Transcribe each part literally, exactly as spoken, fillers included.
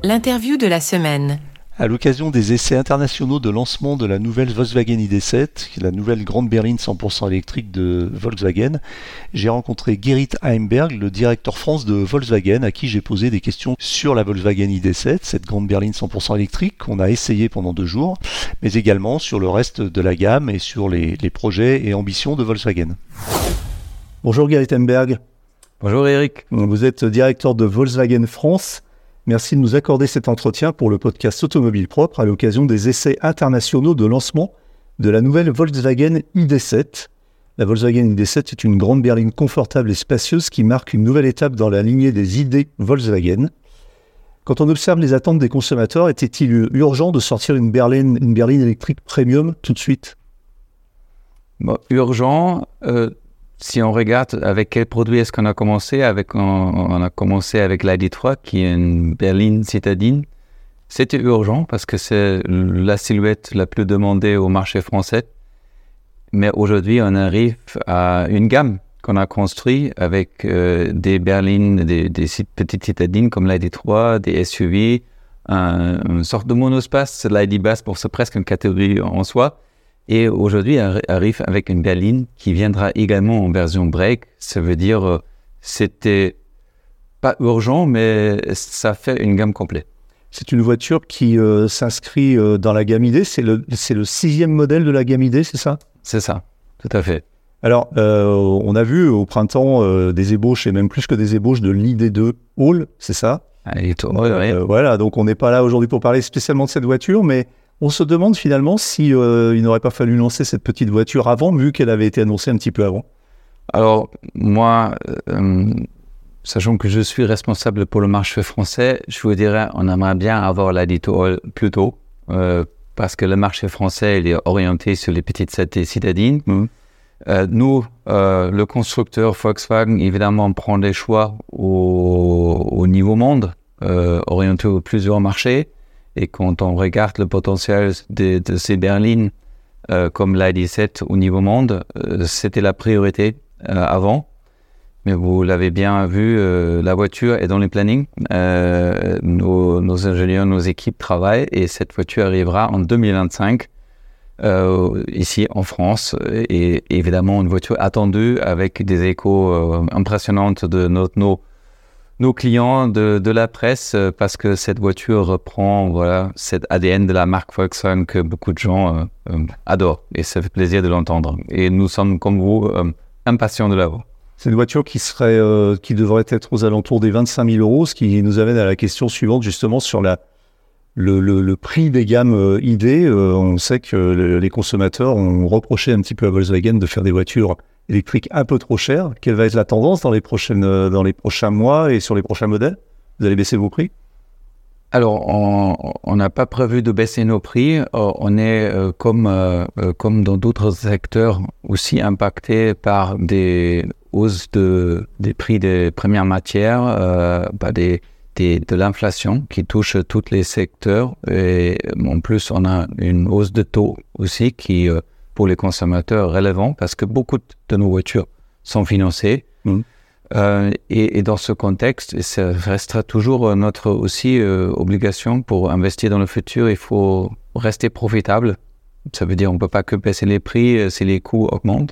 L'interview de la semaine. À l'occasion des essais internationaux de lancement de la nouvelle Volkswagen I D sept, la nouvelle grande berline cent pour cent électrique de Volkswagen, j'ai rencontré Gerrit Heimberg, le directeur France de Volkswagen, à qui j'ai posé des questions sur la Volkswagen I D sept, cette grande berline cent pour cent électrique qu'on a essayée pendant deux jours, mais également sur le reste de la gamme et sur les, les projets et ambitions de Volkswagen. Bonjour Gerrit Heimberg. Bonjour Eric. Vous êtes directeur de Volkswagen France. Merci de nous accorder cet entretien pour le podcast Automobile Propre à l'occasion des essais internationaux de lancement de la nouvelle Volkswagen I D sept. La Volkswagen I D sept est une grande berline confortable et spacieuse qui marque une nouvelle étape dans la lignée des I D Volkswagen. Quand on observe les attentes des consommateurs, était-il urgent de sortir une berline, une berline électrique premium tout de suite ? Bon, urgent, euh, si on regarde avec quel produit est-ce qu'on a commencé, avec, on, on a commencé avec l'I D trois qui est une berline citadine. C'était urgent parce que c'est la silhouette la plus demandée au marché français. Mais aujourd'hui, on arrive à une gamme qu'on a construite avec euh, des berlines, des, des petites citadines comme l'I D trois, des S U V, un, une sorte de monospace, l'I D Buzz pour c'est presque une catégorie en soi. Et aujourd'hui, on arrive avec une berline qui viendra également en version break. Ça veut dire euh, c'était pas urgent, mais ça fait une gamme complète. C'est une voiture qui euh, s'inscrit euh, dans la gamme I D. C'est le, c'est le sixième modèle de la gamme I D, c'est ça ? C'est ça, tout à fait. Alors, euh, on a vu au printemps euh, des ébauches, et même plus que des ébauches, de l'I D deux All, c'est ça ? Allez, toi, ouais, ouais. Euh, voilà, donc on n'est pas là aujourd'hui pour parler spécialement de cette voiture, mais on se demande finalement si euh, il n'aurait pas fallu lancer cette petite voiture avant, vu qu'elle avait été annoncée un petit peu avant. Alors, moi, euh, sachant que je suis responsable pour le marché français, je vous dirais, on aimerait bien avoir l'I D deux plus tôt, euh, parce que le marché français, il est orienté sur les petites citadines. Mmh. Euh, nous, euh, le constructeur Volkswagen, évidemment, prend des choix au, au niveau monde, euh, orienté aux plusieurs marchés. Et quand on regarde le potentiel de, de ces berlines, euh, comme l'I D sept au niveau monde, euh, c'était la priorité euh, avant. Mais vous l'avez bien vu, euh, la voiture est dans les plannings. Euh, nos, nos ingénieurs, nos équipes travaillent et cette voiture arrivera en deux mille vingt-cinq euh, ici en France. Et évidemment, une voiture attendue avec des échos euh, impressionnants de notre, nos nos clients de, de la presse, parce que cette voiture reprend voilà, cet A D N de la marque Volkswagen que beaucoup de gens euh, euh, adorent. Et ça fait plaisir de l'entendre. Et nous sommes, comme vous, euh, impatients de l'avoir. C'est une voiture qui, serait, euh, qui devrait être aux alentours des vingt-cinq mille euros, ce qui nous amène à la question suivante, justement, sur la, le, le, le prix des gammes euh, I D. Euh, on sait que le, les consommateurs ont reproché un petit peu à Volkswagen de faire des voitures électrique un peu trop cher. Quelle va être la tendance dans les, prochaines, dans les prochains mois et sur les prochains modèles ? Vous allez baisser vos prix ? Alors, on n'a pas prévu de baisser nos prix. On est, euh, comme, euh, comme dans d'autres secteurs, aussi impacté par des hausses de, des prix des premières matières, euh, bah des, des, de l'inflation qui touche tous les secteurs. Et en plus, on a une hausse de taux aussi qui... Euh, pour les consommateurs relevant, parce que beaucoup de nos voitures sont financées. Mmh. Euh, et, et dans ce contexte, ça restera toujours notre aussi euh, obligation pour investir dans le futur. Il faut rester profitable. Ça veut dire qu'on ne peut pas que baisser les prix si les coûts augmentent.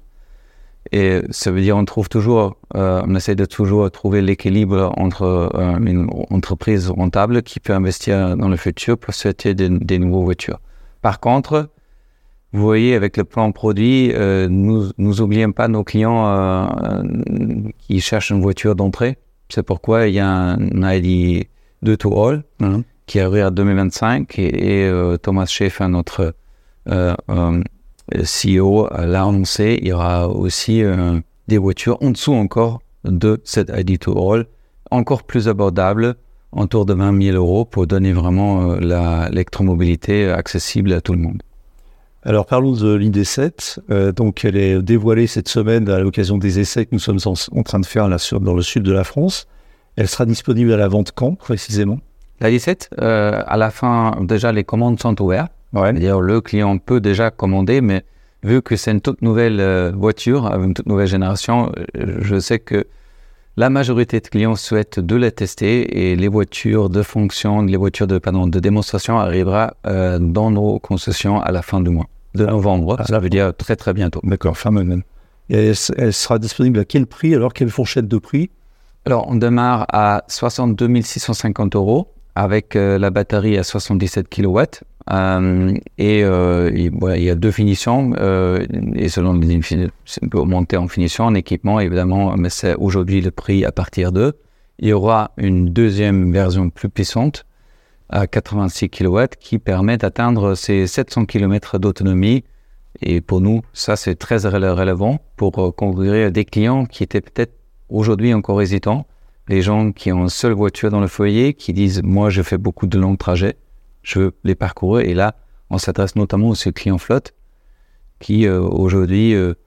Et ça veut dire qu'on trouve toujours, euh, on essaie de toujours trouver l'équilibre entre euh, une entreprise rentable qui peut investir dans le futur pour acheter des, des nouvelles voitures. Par contre, vous voyez, avec le plan produit, euh, nous n'oublions pas nos clients euh, qui cherchent une voiture d'entrée. C'est pourquoi il y a un, un I D deux to All mmh. qui arrive en deux mille vingt-cinq et, et euh, Thomas Schäfer, notre euh, euh, C E O, l'a annoncé. Il y aura aussi euh, des voitures en dessous encore de cette I D to All, encore plus abordables, autour de vingt mille euros pour donner vraiment euh, la, l'électromobilité accessible à tout le monde. Alors parlons de l'I D sept, euh, donc elle est dévoilée cette semaine à l'occasion des essais que nous sommes en, en train de faire là, sur, dans le sud de la France. Elle sera disponible à la vente quand précisément ? La I D sept, euh, à la fin, déjà les commandes sont ouvertes. Ouais. C'est-à-dire le client peut déjà commander, mais vu que c'est une toute nouvelle euh, voiture, une toute nouvelle génération, je sais que la majorité de clients souhaitent de la tester et les voitures de fonction, les voitures de, pardon, de démonstration arrivera euh, dans nos concessions à la fin du mois de novembre. Ah, ça veut dire très très bientôt. D'accord, fin même. Et elle, elle sera disponible à quel prix alors? Quelle fourchette de prix? Alors, on démarre à soixante-deux mille six cent cinquante euros avec euh, la batterie à soixante-dix-sept kilowatts. Euh, et euh, il, voilà, il y a deux finitions euh, et selon les finitions, on peut monter en finition, en équipement évidemment, mais c'est aujourd'hui le prix à partir de. Il y aura une deuxième version plus puissante à quatre-vingt-six kilowatts qui permet d'atteindre ces sept cents kilomètres d'autonomie. Et pour nous, ça c'est très relevant pour euh, conquérir des clients qui étaient peut-être aujourd'hui encore hésitants. Les gens qui ont une seule voiture dans le foyer, qui disent « moi je fais beaucoup de longs trajets ». Je veux les parcourir. Et là, on s'adresse notamment aux clients flotte qui, euh, aujourd'hui, euh,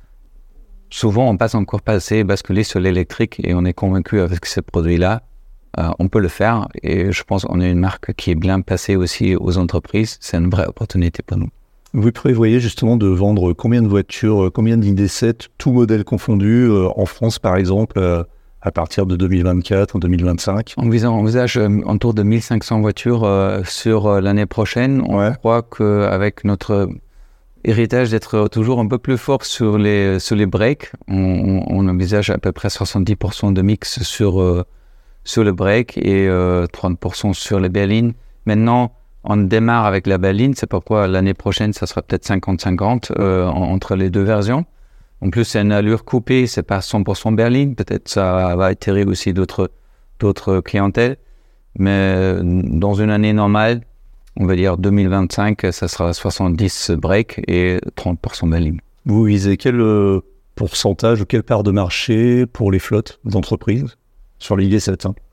souvent, on passe encore pas assez basculer sur l'électrique et on est convaincu avec ce produit-là, euh, on peut le faire. Et je pense qu'on est une marque qui est bien placée aussi aux entreprises. C'est une vraie opportunité pour nous. Vous prévoyez justement de vendre combien de voitures, combien d'I D sept, tout modèle confondu, euh, en France par exemple, euh, à partir de deux mille vingt-quatre, en deux mille vingt-cinq? On envisage euh, autour de mille cinq cents voitures euh, sur euh, l'année prochaine. On ouais. croit qu'avec notre héritage d'être toujours un peu plus fort sur les, sur les breaks, on, on envisage à peu près soixante-dix pour cent de mix sur, euh, sur le break et euh, trente pour cent sur les berlines. Maintenant, on démarre avec la berline, c'est pourquoi l'année prochaine, ça sera peut-être cinquante cinquante euh, entre les deux versions. En plus, c'est une allure coupée, c'est pas cent pour cent berline. Peut-être ça va attirer aussi d'autres, d'autres clientèles. Mais dans une année normale, on va dire deux mille vingt-cinq, ça sera soixante-dix break et trente pour cent berline. Vous visez quel euh, pourcentage ou quelle part de marché pour les flottes d'entreprises sur l'I D sept hein?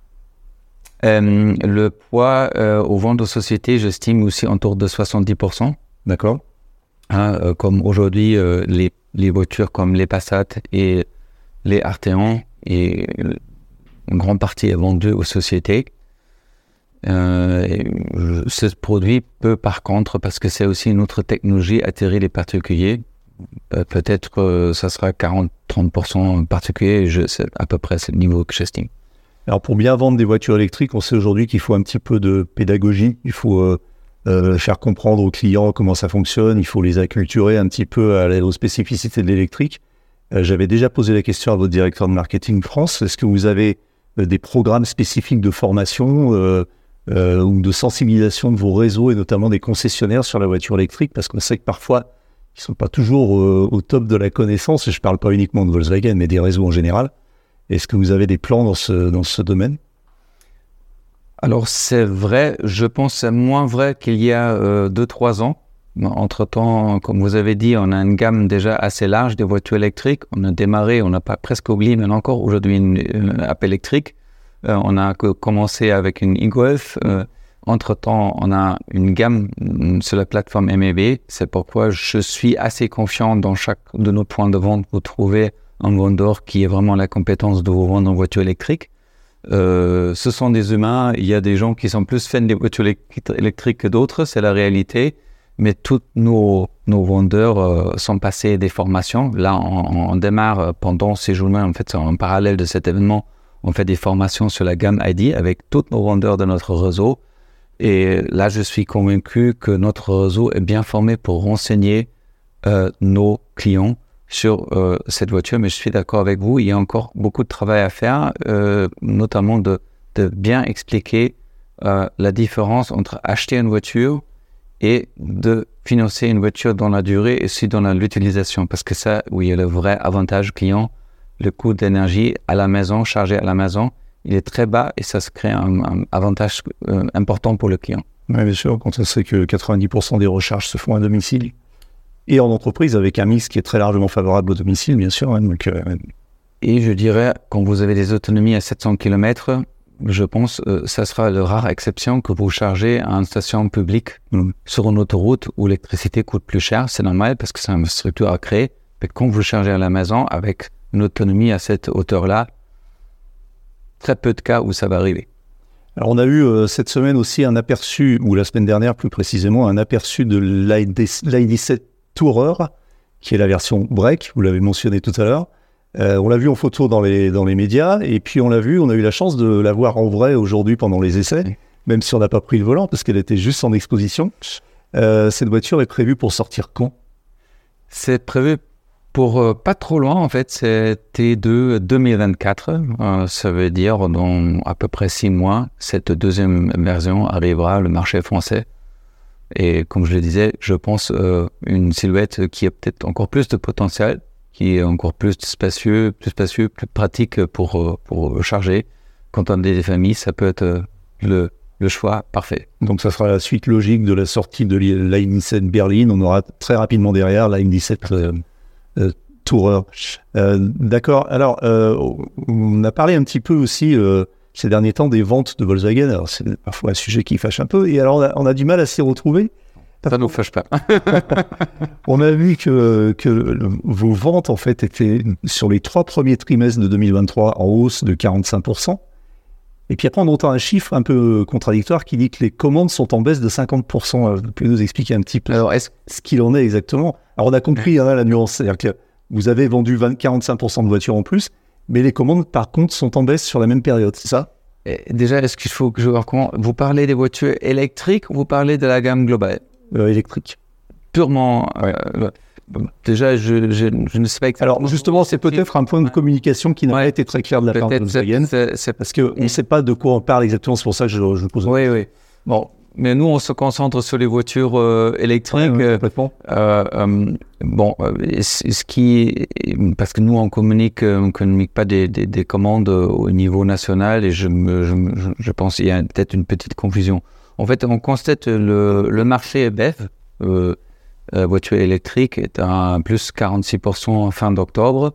euh, Le poids euh, aux ventes aux sociétés, j'estime aussi autour de soixante-dix pour cent. D'accord. Hein, euh, comme aujourd'hui, euh, les les voitures comme les Passat et les Arteon, et une grande partie est vendue aux sociétés. Euh, et ce produit peut par contre, parce que c'est aussi une autre technologie, attirer les particuliers. Euh, peut-être que euh, ça sera quarante à trente pour cent particuliers, je, c'est à peu près c'est le niveau que j'estime. Alors pour bien vendre des voitures électriques, on sait aujourd'hui qu'il faut un petit peu de pédagogie, il faut... Euh... Euh, faire comprendre aux clients comment ça fonctionne, il faut les acculturer un petit peu à, aux spécificités de l'électrique. Euh, j'avais déjà posé la question à votre directeur de marketing France, est-ce que vous avez euh, des programmes spécifiques de formation euh, euh, ou de sensibilisation de vos réseaux et notamment des concessionnaires sur la voiture électrique, parce qu'on sait que parfois ils ne sont pas toujours euh, au top de la connaissance, et je ne parle pas uniquement de Volkswagen mais des réseaux en général. Est-ce que vous avez des plans dans ce, dans ce domaine ? Alors c'est vrai, je pense que c'est moins vrai qu'il y a euh, deux trois ans. Entre-temps, comme vous avez dit, on a une gamme déjà assez large de voitures électriques. On a démarré, on n'a pas presque oublié, mais encore aujourd'hui une, une app électrique. Euh, on a commencé avec une e-Golf. Euh, entre-temps, on a une gamme sur la plateforme M E B. C'est pourquoi je suis assez confiant dans chaque de nos points de vente pour trouver un vendeur qui ait vraiment la compétence de vous vendre une voiture électrique. Euh, ce sont des humains, il y a des gens qui sont plus fans des voitures électriques que d'autres, c'est la réalité, mais tous nos, nos vendeurs euh, sont passés des formations. Là, on, on démarre pendant ces journées, en fait, en parallèle de cet événement, on fait des formations sur la gamme I D avec tous nos vendeurs de notre réseau, et là, je suis convaincu que notre réseau est bien formé pour renseigner euh, nos clients sur euh, cette voiture, mais je suis d'accord avec vous, il y a encore beaucoup de travail à faire, euh, notamment de, de bien expliquer euh, la différence entre acheter une voiture et de financer une voiture dans la durée et aussi dans la, l'utilisation, parce que ça, oui, il y a le vrai avantage client, le coût d'énergie à la maison, chargé à la maison, il est très bas et ça se crée un, un avantage euh, important pour le client. Oui, bien sûr, quand on sait que quatre-vingt-dix pour cent des recharges se font à domicile. Et en entreprise, avec un mix qui est très largement favorable au domicile, bien sûr. Hein, donc, euh... Et je dirais, quand vous avez des autonomies à sept cents kilomètres, je pense que euh, ça sera la rare exception que vous chargez à une station publique mmh. sur une autoroute où l'électricité coûte plus cher. C'est normal parce que c'est une structure à créer. Mais quand vous chargez à la maison avec une autonomie à cette hauteur-là, très peu de cas où ça va arriver. Alors on a eu euh, cette semaine aussi un aperçu, ou la semaine dernière plus précisément, un aperçu de l'I D sept Tourer, qui est la version break, vous l'avez mentionné tout à l'heure. Euh, on l'a vu en photo dans les, dans les médias, et puis on l'a vu, on a eu la chance de la voir en vrai aujourd'hui pendant les essais, même si on n'a pas pris le volant, parce qu'elle était juste en exposition. Euh, cette voiture est prévue pour sortir quand ? C'est prévu pour euh, pas trop loin, en fait, c'est T deux deux mille vingt-quatre. Euh, ça veut dire dans à peu près six mois, cette deuxième version arrivera sur le marché français. Et comme je le disais, je pense euh, une silhouette qui a peut-être encore plus de potentiel, qui est encore plus spacieux, plus spacieux, plus pratique pour, pour charger. Quand on a des familles, ça peut être le, le choix parfait. Donc ça sera la suite logique de la sortie de l'I dix-sept Berline. On aura très rapidement derrière l'I dix-sept euh, euh, Tourer. Euh, d'accord. Alors, euh, on a parlé un petit peu aussi euh, ces derniers temps des ventes de Volkswagen. Alors, c'est parfois un sujet qui fâche un peu. Et alors, on a, on a du mal à s'y retrouver. Ça ne nous fâche pas. On a vu que, que le, vos ventes, en fait, étaient sur les trois premiers trimestres de deux mille vingt-trois en hausse de quarante-cinq pour cent. Et puis après, on entend un chiffre un peu contradictoire qui dit que les commandes sont en baisse de cinquante pour cent. Vous pouvez nous expliquer un petit peu Alors, est-ce... ce qu'il en est exactement ? Alors, on a compris hein, la nuance. C'est-à-dire que vous avez vendu vingt, quarante-cinq pour cent de voitures en plus, mais les commandes, par contre, sont en baisse sur la même période, c'est ça ? Et déjà, est-ce qu'il faut que je vois comment vous parlez des voitures électriques ou vous parlez de la gamme globale ? Euh, électrique. Purement. Euh, euh, déjà, je, je, je ne sais pas exactement. Alors, justement, c'est peut-être un point de communication qui n'a ouais. pas été très clair de la part de Volkswagen. C'est, c'est... Parce qu'on ne sait pas de quoi on parle exactement, c'est pour ça que je, je pose la question. Oui, oui. Bon, mais nous, on se concentre sur les voitures euh, électriques. Ouais, ouais, complètement. Euh, euh, bon, euh, ce qui. Parce que nous, on communique, on ne communique pas des, des, des commandes au niveau national et je, me, je, je pense qu'il y a peut-être une petite confusion. En fait, on constate le, le marché B E V, euh, euh, voiture électrique, est à plus quarante-six pour cent en fin d'octobre.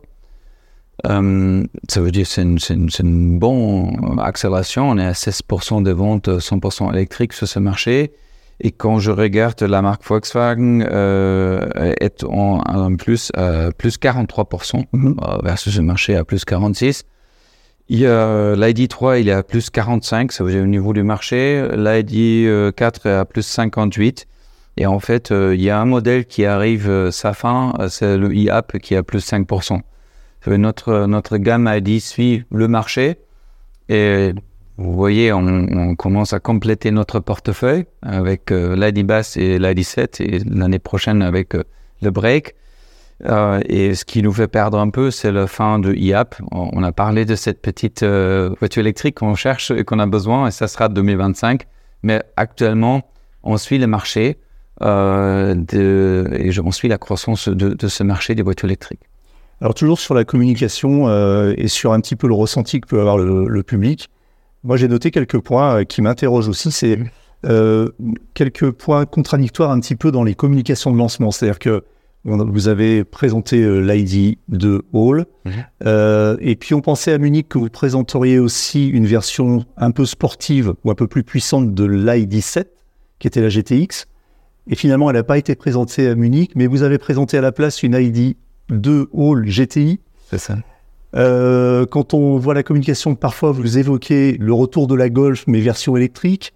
Euh, ça veut dire que c'est une, c'est, une, c'est une bonne accélération. On est à seize pour cent des ventes cent pour cent électriques sur ce marché. Et quand je regarde la marque Volkswagen, euh, est en, en plus, euh, plus quarante-trois pour cent mm-hmm. versus le marché à plus quarante-six pour cent. Il y a l'I D trois, il est à plus quarante-cinq, ça veut dire au niveau du marché. L'I D quatre est à plus cinquante-huit. Et en fait, euh, il y a un modèle qui arrive euh, sa fin, euh, c'est le I A P qui est à plus cinq pour cent. Ça veut dire notre, notre gamme I D suit le marché. Et vous voyez, on, on commence à compléter notre portefeuille avec euh, l'I D basse et l'I D sept et l'année prochaine avec euh, le break. Euh, et ce qui nous fait perdre un peu, c'est la fin de I A P. On, on a parlé de cette petite euh, voiture électrique qu'on cherche et qu'on a besoin, et ça sera deux mille vingt-cinq. Mais actuellement, on suit le marché euh, de, et on suit la croissance de, de ce marché des voitures électriques. Alors toujours sur la communication euh, et sur un petit peu le ressenti que peut avoir le, le public, moi j'ai noté quelques points euh, qui m'interrogent aussi. C'est euh, quelques points contradictoires un petit peu dans les communications de lancement. C'est-à-dire que vous avez présenté euh, l'I D deux All, mmh. euh, et puis on pensait à Munich que vous présenteriez aussi une version un peu sportive ou un peu plus puissante de l'I D sept, qui était la G T X. Et finalement, elle n'a pas été présentée à Munich, mais vous avez présenté à la place une I D deux All G T I. C'est ça. Euh, quand on voit la communication, parfois vous évoquez le retour de la Golf, mais version électrique.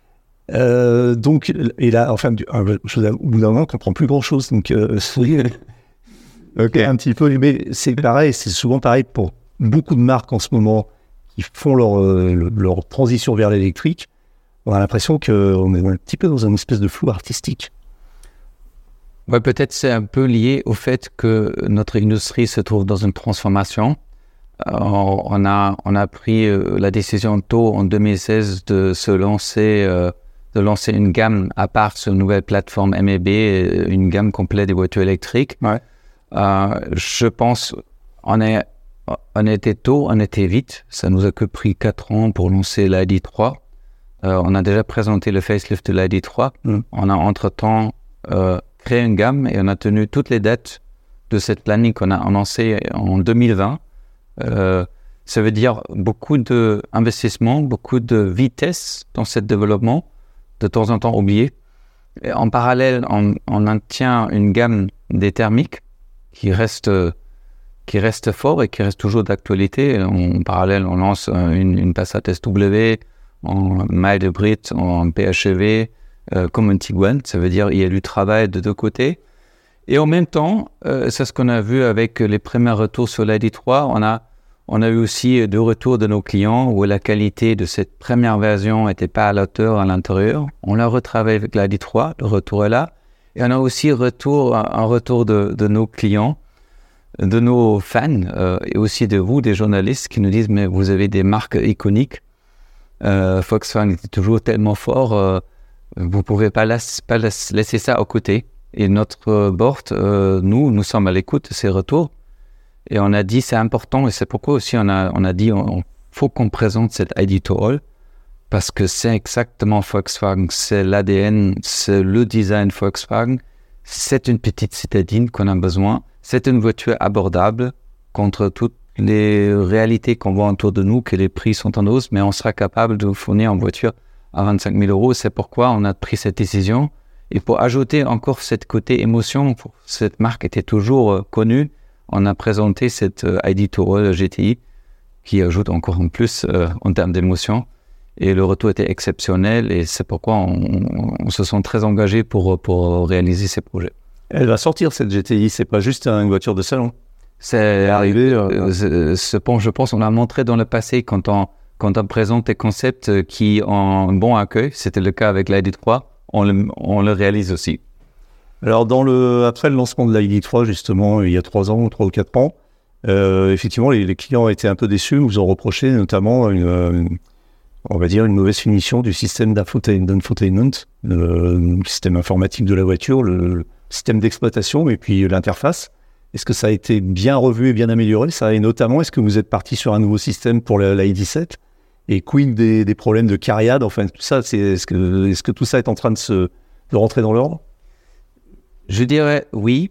Euh, donc, et là, enfin, je, au bout d'un moment, on ne comprend plus grand-chose. Donc, euh, okay. un petit peu, mais c'est pareil, c'est souvent pareil pour beaucoup de marques en ce moment qui font leur, euh, leur transition vers l'électrique. On a l'impression qu'on est un petit peu dans une espèce de flou artistique. Ouais, peut-être c'est un peu lié au fait que notre industrie se trouve dans une transformation. Euh, on a, on a pris euh, la décision tôt en deux mille seize de se lancer. Euh, de lancer une gamme à part sur une nouvelle plateforme M E B, une gamme complète des voitures électriques. Ouais. Euh, je pense on est on était tôt, on était vite. Ça nous a que pris quatre ans pour lancer l'I D trois. Euh, on a déjà présenté le facelift de l'I D trois. Mm. On a entre-temps euh, créé une gamme et on a tenu toutes les dates de cette planning qu'on a annoncée en deux mille vingt. Euh, ça veut dire beaucoup d'investissement, beaucoup de vitesse dans ce développement, de temps en temps oublié. Et en parallèle, on, on maintient une gamme des thermiques qui reste, qui reste fort et qui reste toujours d'actualité. En parallèle, on lance une, une Passat S W en mild hybrid, en P H E V, euh, comme un Tiguan. Ça veut dire qu'il y a du travail de deux côtés. Et en même temps, euh, c'est ce qu'on a vu avec les premiers retours sur l'I D trois. On a, on a eu aussi deux retours de nos clients où la qualité de cette première version n'était pas à la hauteur à l'intérieur. On l'a retravaillé avec l'I D trois, le retour est là. Et on a aussi retour, un retour de, de nos clients, de nos fans euh, et aussi de vous, des journalistes qui nous disent « mais vous avez des marques iconiques. Euh, Volkswagen était toujours tellement fort, euh, vous ne pouvez pas, laisse, pas laisse, laisser ça à côté. » Et notre board, euh, nous, nous sommes à l'écoute de ces retours. Et on a dit c'est important et c'est pourquoi aussi on a, on a dit il faut qu'on présente cette I D to All parce que c'est exactement Volkswagen, c'est l'A D N, c'est le design Volkswagen. C'est une petite citadine qu'on a besoin. C'est une voiture abordable contre toutes les réalités qu'on voit autour de nous, que les prix sont en hausse, mais on sera capable de fournir une voiture à vingt-cinq mille euros. C'est pourquoi on a pris cette décision. Et pour ajouter encore cette côté émotion, cette marque était toujours euh, connue, on a présenté cette euh, I D to All G T I qui ajoute encore en plus euh, en termes d'émotion. Et le retour était exceptionnel et c'est pourquoi on, on, on se sent très engagé pour, pour réaliser ces projets. Elle va sortir cette G T I, c'est pas juste une voiture de salon. C'est arrivé, euh, euh, ce point, je pense, on l'a montré dans le passé quand on, quand on présente des concepts qui ont un bon accueil, c'était le cas avec l'I D trois. On le, on le réalise aussi. Alors, dans le, après le lancement de l'I D trois, justement, il y a trois ans, trois ou quatre ans, euh, effectivement, les, les clients étaient un peu déçus. Vous ont reproché notamment, une, une, on va dire, une mauvaise finition du système d'infotainment, le système informatique de la voiture, le, le système d'exploitation et puis l'interface. Est-ce que ça a été bien revu et bien amélioré ça? Et notamment, est-ce que vous êtes parti sur un nouveau système pour l'I D sept? Et quid des, des problèmes de cariade, enfin tout ça, c'est, est-ce que, est-ce que tout ça est en train de se de rentrer dans l'ordre? Je dirais oui.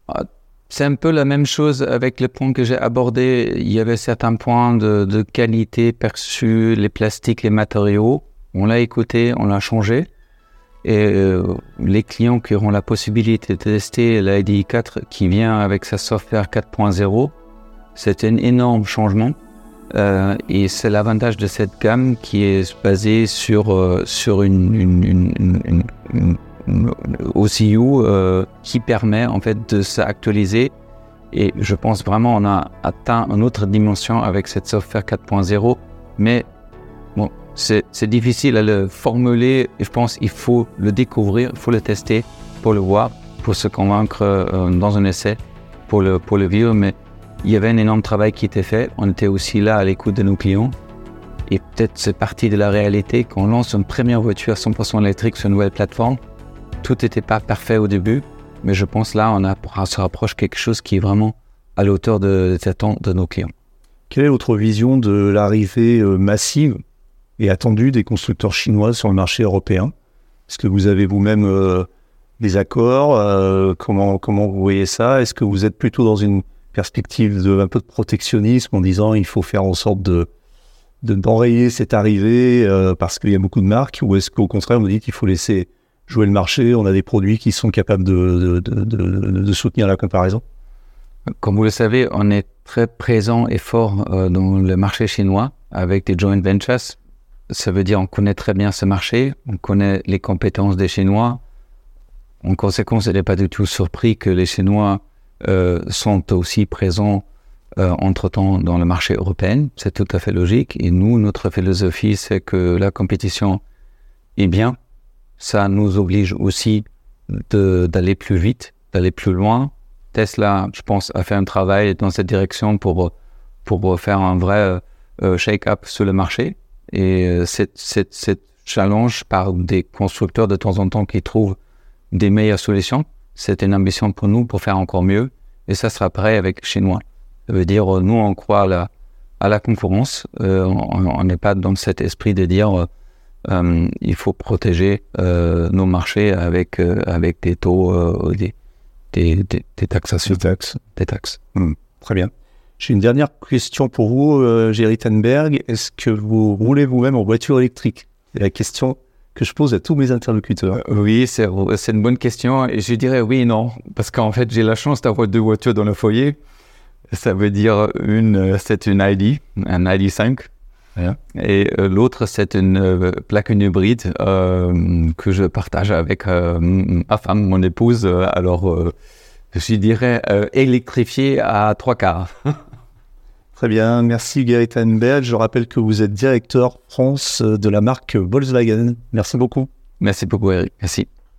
C'est un peu la même chose avec les points que j'ai abordés. Il y avait certains points de, de qualité perçus, les plastiques, les matériaux. On l'a écouté, on l'a changé. Et euh, les clients qui auront la possibilité de tester l'I D quatre qui vient avec sa software quatre point zéro, c'est un énorme changement. Euh, et c'est l'avantage de cette gamme qui est basée sur, euh, sur une, une, une, une, une, une O C U euh, qui permet en fait de s'actualiser. Et je pense vraiment on a atteint une autre dimension avec cette software quatre point zéro. Mais bon, c'est, c'est difficile à le formuler. Et je pense qu'il faut le découvrir, il faut le tester pour le voir, pour se convaincre euh, dans un essai, pour le, pour le vivre. Mais il y avait un énorme travail qui était fait. On était aussi là à l'écoute de nos clients. Et peut-être c'est partie de la réalité qu'on lance une première voiture cent pour cent électrique sur une nouvelle plateforme. Tout n'était pas parfait au début, mais je pense là, on, a, on se rapproche quelque chose qui est vraiment à la hauteur de, des attentes de nos clients. Quelle est votre vision de l'arrivée massive et attendue des constructeurs chinois sur le marché européen? Est-ce que vous avez vous-même euh, des accords? euh, comment, comment vous voyez ça? Est-ce que vous êtes plutôt dans une perspective de un peu de protectionnisme en disant il faut faire en sorte de, de d'enrayer cette arrivée euh, parce qu'il y a beaucoup de marques, ou est-ce qu'au contraire vous dites qu'il faut laisser jouer le marché, on a des produits qui sont capables de, de, de, de, de soutenir la comparaison? Comme vous le savez, on est très présent et fort euh, dans le marché chinois avec des joint ventures. Ça veut dire on connaît très bien ce marché, on connaît les compétences des Chinois. En conséquence, on n'est pas du tout surpris que les Chinois Euh, sont aussi présents euh, entre-temps dans le marché européen. C'est tout à fait logique. Et nous, notre philosophie, c'est que la compétition est bien. Ça nous oblige aussi de, d'aller plus vite, d'aller plus loin. Tesla, je pense, a fait un travail dans cette direction pour, pour faire un vrai euh, shake-up sur le marché. Et euh, cette, cette, cette challenge par des constructeurs de temps en temps qui trouvent des meilleures solutions, c'est une ambition pour nous pour faire encore mieux. Et ça sera pareil avec les Chinois. Ça veut dire, nous, on croit à la, à la concurrence. Euh, on n'est pas dans cet esprit de dire euh, il faut protéger euh, nos marchés avec, euh, avec des taux, euh, des, des, des, des taxations. Des taxes. Des taxes. Mmh, très bien. J'ai une dernière question pour vous, euh, Gerrit Einberg. Est-ce que vous roulez vous-même en voiture électrique? C'est la question que je pose à tous mes interlocuteurs. Euh, oui, c'est, c'est une bonne question. Et je dirais oui et non. Parce qu'en fait, j'ai la chance d'avoir deux voitures dans le foyer. Ça veut dire une, c'est une I D, un I D cinq. Yeah. Et euh, l'autre, c'est une euh, plug-in hybride euh, que je partage avec euh, ma femme, mon épouse. Alors, euh, je dirais, euh, électrifié à trois quarts. Très bien, merci Gerrit Heimberg. Je rappelle que vous êtes directeur France de la marque Volkswagen. Merci beaucoup. Merci beaucoup Eric, merci.